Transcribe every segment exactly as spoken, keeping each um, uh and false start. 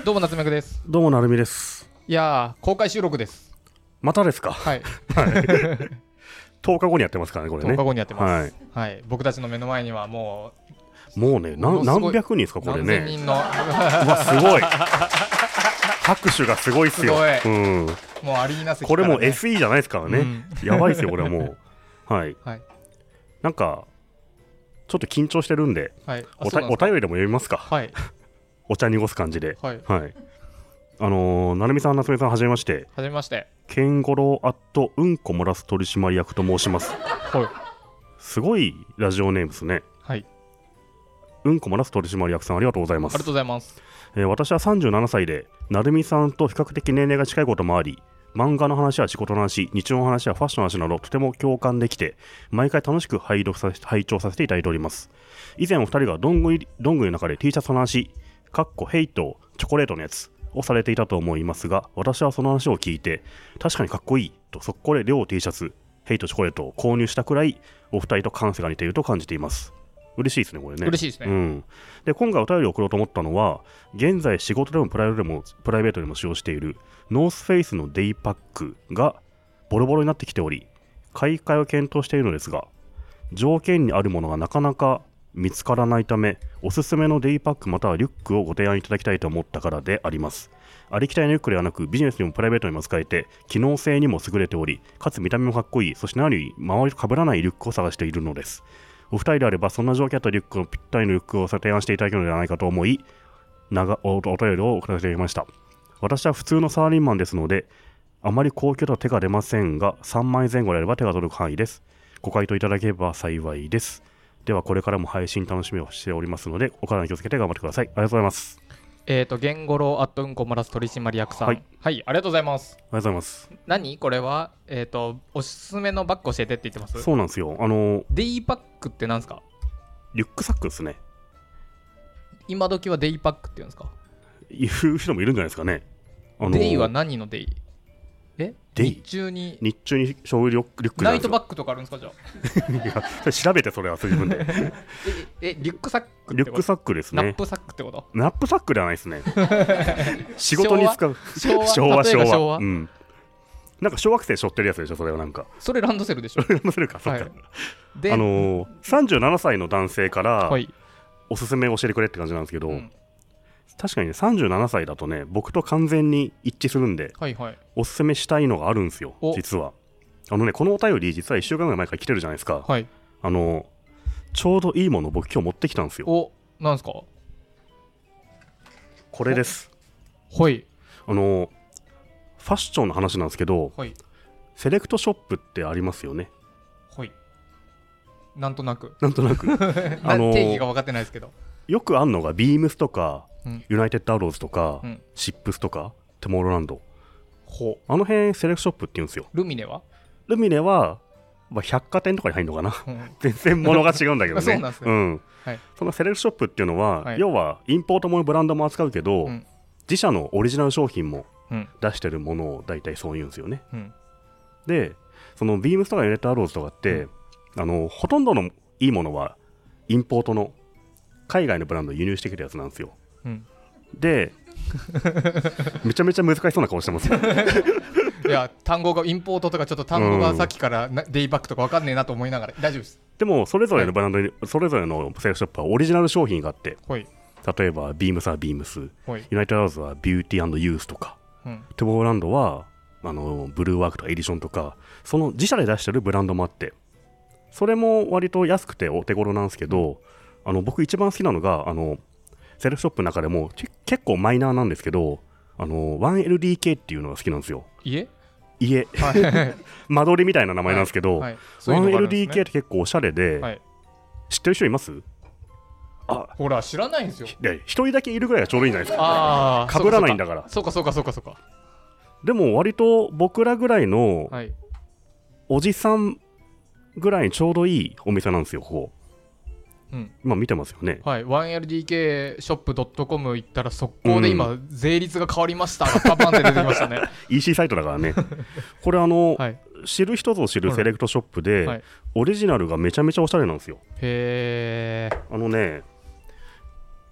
どうも夏目くです。 どうもなるみです。 いやー公開収録です。 またですか。 はい、 はい、とおかごにやってますからねこれね。 とおかごにやってます、 はいはい、僕たちの目の前にはもうもうねな何百人ですかこれね。 何千人のうわすごい拍手がすごいっすよ。 すごい、うん、もうアリーナ席から、ね、 これもう エスイー じゃないですからね、うん、やばいですよこれはもうはい、はい、なんかちょっと緊張してるんで、はい、お, たお便りでも読みますか。はい、お茶濁す感じで。はい、はい、あのー、なるみさん夏目さんはじめまして。 はじめまして。 ケンゴロウアットうんこ漏らす取締役と申します。はい、すごいラジオネームですね。はい、うんこ漏らす取締役さんありがとうございます。 ありがとうございます。 えー、私はさんじゅうななさいでなるみさんと比較的年齢が近いこともあり、漫画の話や仕事の話、日常の話やファッションの話などとても共感できて、毎回楽しく拝読させ拝聴させていただいております。以前お二人がどんぐりどんぐりの中で T シャツの話、かっこヘイトチョコレートのやつをされていたと思いますが、私はその話を聞いて確かにかっこいいと速攻で両 T シャツヘイトチョコレートを購入したくらいお二人と感性が似ていると感じています。嬉しいですねこれね。 嬉しいですね、 うん、で今回お便りを送ろうと思ったのは、現在仕事でもプライベートでもプライベートでも使用しているノースフェイスのデイパックがボロボロになってきており、買い替えを検討しているのですが、条件にあるものがなかなか見つからないため、おすすめのデイパックまたはリュックをご提案いただきたいと思ったからであります。ありきたりなリュックではなく、ビジネスにもプライベートにも使えて、機能性にも優れており、かつ見た目もかっこいい、そして何より周りと被らないリュックを探しているのです。お二人であればそんな条件あったリュックのぴったりのリュックを提案していただけるのではないかと思い、長お, お便りを送らせていただきました。私は普通のサラリーマンですので、あまり高級だと手が出ませんが、さんまんえんぜん後であれば手が届く範囲です。ご回答いただければ幸いです。ではこれからも配信楽しみをしておりますので、お体に気をつけて頑張ってください。ありがとうございます。 えーと、ゲンゴロウアットうんこ漏らす取締役さん、はい、はい、ありがとうございます。 ありがとうございます。 何これは、えーと、おすすめのバッグ教えてって言ってます。 そうなんですよ。あのデイパックってなんですか。 リュックサックですね。 今時はデイパックって言うんですか。 言う人もいるんじゃないですかね。 あのー、デイは何のデイ。えデイ日中に日中にしょうリュックじゃないですか。 ナイトバッグとかあるんですか。じゃあいやそれ調べて、それは自分でええリュックサックってこと。 リュックサックですね。 ナップサックってこと。 ナップサックではないですね仕事に使う昭和昭和昭和昭和、 うん、なんか小学生背負ってるやつでしょそれは。なんかそれランドセルでしょ。 ランドセルか、そっか、はい、であのー、さんじゅうななさいの男性から、はい、おすすめ教えてくれって感じなんですけど、うん、確かにねさんじゅうななさいだとね僕と完全に一致するんで、はいはい、おすすめしたいのがあるんですよ。実はあのねこのお便り実はいっしゅうかんぐらい前から来てるじゃないですか、はい、あのちょうどいいものを僕今日持ってきたんですよ。 お、なんですか。 これです。 はい。 あのファッションの話なんですけど、はい、セレクトショップってありますよね。 はい。なんとなくなんとなくあの定義が分かってないですけど、 よくあんのがビームスとか、うん、ユナイテッドアローズとか、うん、シップスとかトゥモローランド、ほあの辺セレクトショップって言うんですよ。 ルミネはルミネは、まあ、百貨店とかに入るのかな、うん、全然物が違うんだけどねそうなんですね、うんはい、そのセレクトショップっていうのは、はい、要はインポートもブランドも扱うけど、うん、自社のオリジナル商品も出してるものを大体そう言うんですよね、うん、でそのビームスとかユナイテッドアローズとかって、うん、あのほとんどのいいものはインポートの海外のブランドを輸入してきたやつなんですよ、うん、でめちゃめちゃ難しそうな顔してますいや単語がインポートとかちょっと単語がさっきから、うん、デイバックとか分かんねえなと思いながら大丈夫です。 でもそれぞれのブランドに、はい、それぞれのセレクトショップはオリジナル商品があって、はい、例えばビームスはビームス、はい、ユナイテッドアローズはビューティー&ユースとか、うん、トゥモローランドはあのブルーワークとかエディションとかその自社で出してるブランドもあって、それも割と安くてお手頃なんですけど、うん、あの僕一番好きなのがあのセレクトショップの中でも結構マイナーなんですけど、あの ワンエルディーケー っていうのが好きなんですよ。 家家、はい、間取りみたいな名前なんですけど、はいはい、ワンエルディーケー って結構おしゃれで、はい、知ってる人います？ あ、ほら知らないんですよ。 一人だけいるぐらいがちょうどいいんじゃないですか。あ、被らないんだから。 そうかそうかそうかそうか。 でも割と僕らぐらいの、はい、おじさんぐらいにちょうどいいお店なんですよここ。うん、今見てますよね。 はい、ワンエルディーケーショップドットコム 行ったら速攻で今、うん、税率が変わりましたがパパンって出てきましたねイーシー サイトだからねこれあの、はい、知る人ぞ知るセレクトショップで、はい、オリジナルがめちゃめちゃおしゃれなんですよ。 へー。 あのね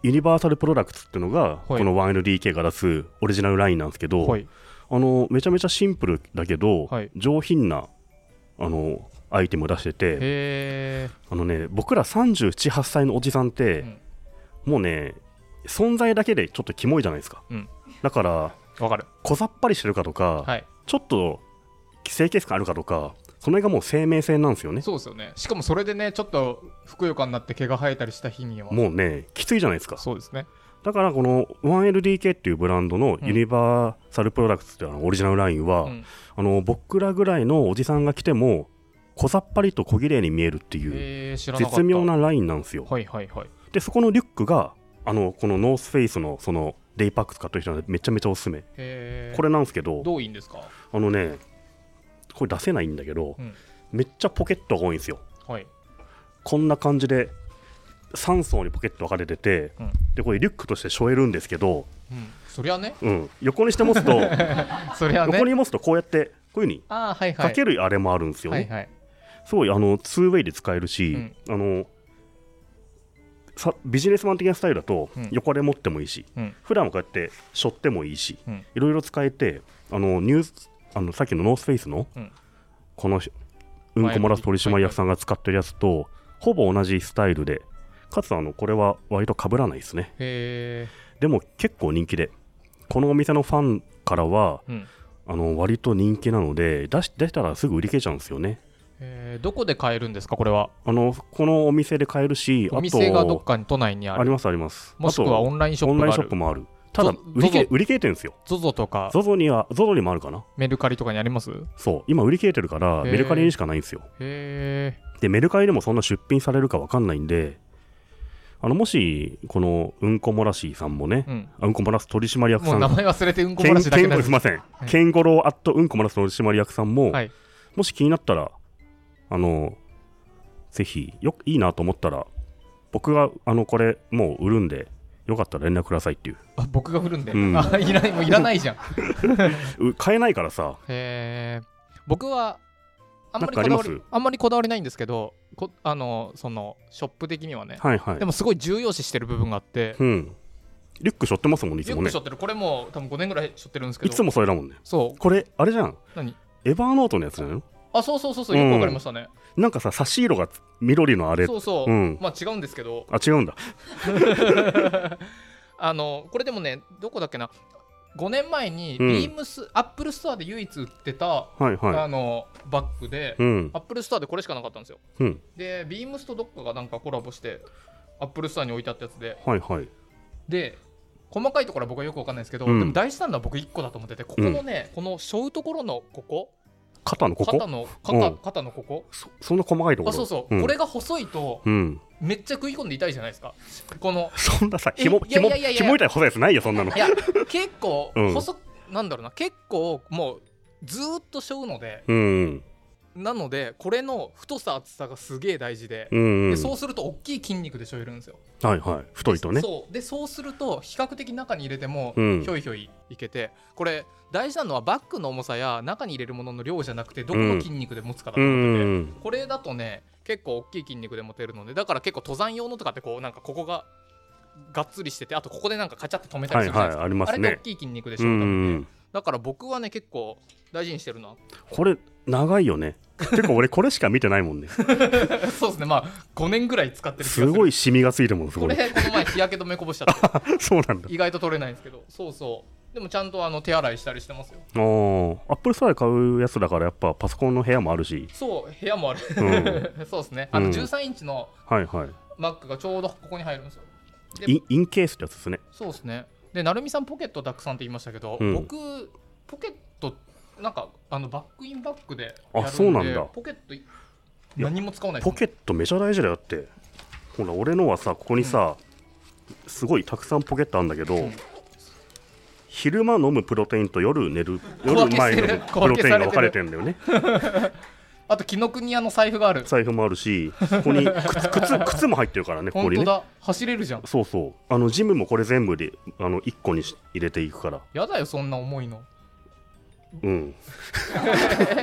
ユニバーサルプロダクツっていうのが、 はいこの ワンエルディーケー が出すオリジナルラインなんですけど、 はいあのめちゃめちゃシンプルだけど、 はい上品なあのアイテムを出してて、 へあのね僕らさんじゅうなな、はっさいのおじさんって、 うんもうね存在だけでちょっとキモいじゃないですか、 うん、 だからわかる。 小ざっぱりしてるかとか、 はい、 ちょっと清潔感あるかとか、その辺がもう生命線なんですよね。 そうですよね。しかもそれでねちょっとふくよかになって毛が生えたりした日にはもうねきついじゃないですか。 そうですね。 だからこの ワンエルディーケー っていうブランドのユニバーサルプロダクツっていうあのオリジナルラインは、 うん、 あの僕らぐらいのおじさんが着ても小ざっぱりと小綺麗に見えるっていうへー知らなかった。 絶妙なラインなんですよ。 はいはいはい。 でそこのリュックがあのこのノースフェイスのそのデイパック使ってる人はめちゃめちゃおすすめ。 へーこれなんですけど、 どういいんですか？ あのねこれ出せないんだけど、 うん、 めっちゃポケットが多いんですよ。 はい、 こんな感じでさん層にポケット分かれてて、 うんでこれリュックとして背負えるんですけど、 うん、そりゃねうん、横にして持つとそりゃね横に持つとこうやってこういう風にあー、はいはい、 かけるあれもあるんですよね、 はいはい、 すごいあのツーウェイで使えるし、 うんあのさビジネスマン的なスタイルだとうん横で持ってもいいし、 うん普段もこうやって背負ってもいいし、 うんいろいろ使えて、あのニュースあのさっきのノースフェイスの、 うんこのうんこ漏らす取締役さんが使ってるやつとほぼ同じスタイルで、かつあのこれは割と被らないですね。 へでも結構人気で、このお店のファンからはー、うんあの割と人気なので、出し出したらすぐ売り切れちゃうんですよね。 えー、どこで買えるんですかこれは？ あのこのお店で買えるし、 お店がどっあかに都内にある？ とありますあります。 もしくはオンラインショッオンラインプがある？ ショップもある。ただゾ売り切れゾゾ売り切れてるんですよ。 ゾゾとかゾゾ には ゾゾ にもあるかな。 メルカリとかにあります？ そう今売り切れてるからへーメルカリにしかないんですよ。 へでメルカリでもそんな出品されるか分かんないんで、あのもしこのうんこもらしさんもね、 ー、うんあうんこもらす取締役もうんさが名前忘れてうんこケン漏らしだけケンなんですすいません、 はいケンゴロウアットうんこもらす取締役さんも、 はいもし気になったらあのぜひよいいなと思ったら僕があのこれもう売るんでよかったら連絡くださいっていう。 あ僕が振るんで、 うんあいらないもういらないじゃんう買えないからさ。 へー僕はあんまりなんかありますこだわりあんまりこだわりないんですけど、こあのそのショップ的にはね、 はいはい。 でもすごい重要視してる部分があって、 うんリュック背負ってますもんねいつもね。 リュック背負ってるこれも多分ごねんぐらい背負ってるんですけど、 いつもそれだもんね。 そうこれあれじゃん、 何エヴァーノートのやつじゃないの？ あそうそうそうそうよくわかりましたね、 なんかさ差し色が緑のあれ。 そうそう、 うんまあ違うんですけどあ違うんだ。 あのこれでもねどこだっけなごねんまえにうんビームス、アップルストアで唯一売ってた、 はいはあのバッグで、 い。うんアップルストアでこれしかなかったんですよ。 うんでビームスとどっかがなんかコラボしてアップルストアに置いてあったやつで、 はいはい。 で細かいところは僕はよくわかんないですけど、 うんでも大事なのは僕いっこだと思ってて、ここのね、この背負うところのここ肩のここ肩の肩,、 うん肩のここそそんな細かいところ。 あそうそう、 んこれが細いとうんめっちゃ食い込んで痛いじゃないですかこのそんなさえひもひもいやいやいやいやひもみたいな細いやつないよそんなの。 いや結構うん細、なんだろうな結構もうずーっと背負うので、 うんなのでこれの太さ厚さがすげえ大事で、 うんでそうすると大きい筋肉で背負えるんですよ。 はいはい太いとね。 そうでそうすると比較的中に入れてもひうんょいひょいいけて、これ大事なのはバッグの重さや中に入れるものの量じゃなくてどこの筋肉で持つかだとう思ってて、 んこれだとね結構大きい筋肉で持てるので、だから結構登山用のとかってこうなんかここががっつりしてて、あとここでなんかカチャって止めたりするじゃないですか、 はいはいありますねあれって大きい筋肉でしょ、 う多分ね。 んだから僕はね結構大事にしてるなこれ長いよね。結構俺これしか見てないもんね。 そうですね、まあごねんぐらい使ってる気がする。 すごいシミがついてるもんすごい。 これこの前日焼け止めこぼしちゃってそうなんだ。 意外と取れないんですけど、そうそうでもちゃんとあの手洗いしたりしてますよ。 おアップルストアで買うやつだからやっぱパソコンの部屋もあるし。 そう部屋もある、 うそうですね、あうんのじゅうさんインチのはいはい。 Mac がちょうどここに入るんですよ。でインインケースってやつですね。 そうですね。で成美さんポケットたくさんって言いましたけど、 うん僕ポケットなんかあのバックインバックでやるんで、 あそうなんだポケット何も使わないですもん。 ポケットめちゃ大事だよって。ほら俺のはさここにさ、すごいたくさんポケットあるんだけど、 うん昼間飲むプロテインと夜寝る小分け夜前飲してるむプロテインが分かれてるんだよね。 あと紀ノ国屋の財布がある。 財布もあるしここに靴靴靴も入ってるからねここにね。 本当だ、走れるじゃん。 そうそうあのジムもこれ全部であのいっこにし入れていくから。 やだよそんな重いの。 うん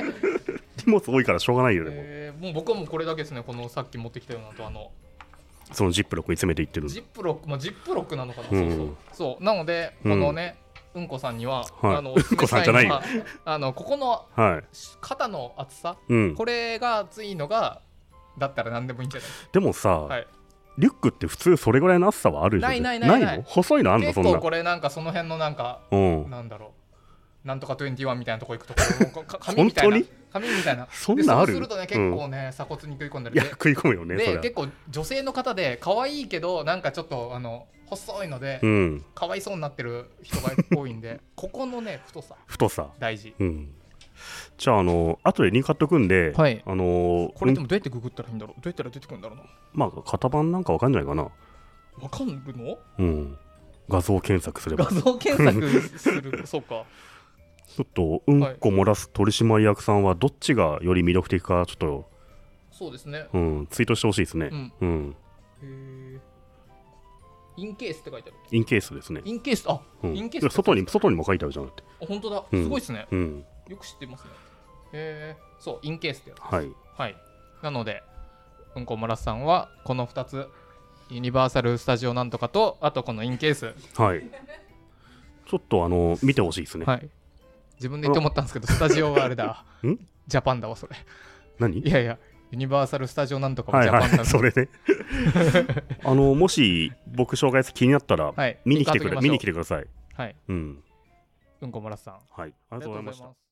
荷物多いからしょうがないよね、もうえーもう僕はもうこれだけですね。このさっき持ってきたようなとあのそのジップロックに詰めていってる。 ジップロック、まあ、ジップロックなのかな、 うん、 そうそうそうなのでこのね、うん、うんこさんには、 はい、 あのおすすめしたいのはあのここの肩の厚さ、 うん、 これが厚いのがだったら何でもいいんじゃない。 でもさ、 はい、 リュックって普通それぐらいの厚さはあるじゃん。 ないないないないないの細いのあんの。 結構これなんかその辺のなんか、 うん、 なんだろうなんとかにじゅういちみたいなとこ行くところ紙みたいな紙みたいなそんなある。 そうするとね結構ね、うん、鎖骨に食い込んでる。 いや食い込むよね。 で結構女性の方で可愛いけどなんかちょっとあの細いので、 うん、 かわいそうになってる人が多いんでここのね太さ太さ大事、 うん、じゃああの後でリンク貼っとくんで、 はい、 あのー、 これでもどうやってググったらいいんだろう。どうやったら出てくるんだろうな。 まあ型番なんかわかんないかな。 わかるの？ うん、画像検索すれば。 画像検索するそうか。 ちょっとうんこ漏らす取締役さんはどっちがより魅力的かちょっとそうですね、 うん、ツイートしてほしいですね。 うんうん、 へインケースって書いてある。 インケースですね。 インケースあ、うん、インケース外に外にも書いてあるじゃんって。 あ本当だ、すごいですね、 うん、 よく知ってますね。へえそうインケースってやつです。 はい、 はい、なのでうんこ漏らすさんはこのふたつユニバーサルスタジオなんとかとあとこのインケースはいちょっとあの見てほしいですね。 はい自分で言って思ったんですけどスタジオはあれだんジャパンだわそれ。 何？ いやいやユニバーサルスタジオなんとかもジャパンなんだ、 はいはい、それねあのもし僕紹介気になったら、はい、見に来てくれ見に来てください。 はい、 うん、 うんこ漏らすさん、 はい、ありがとうございました。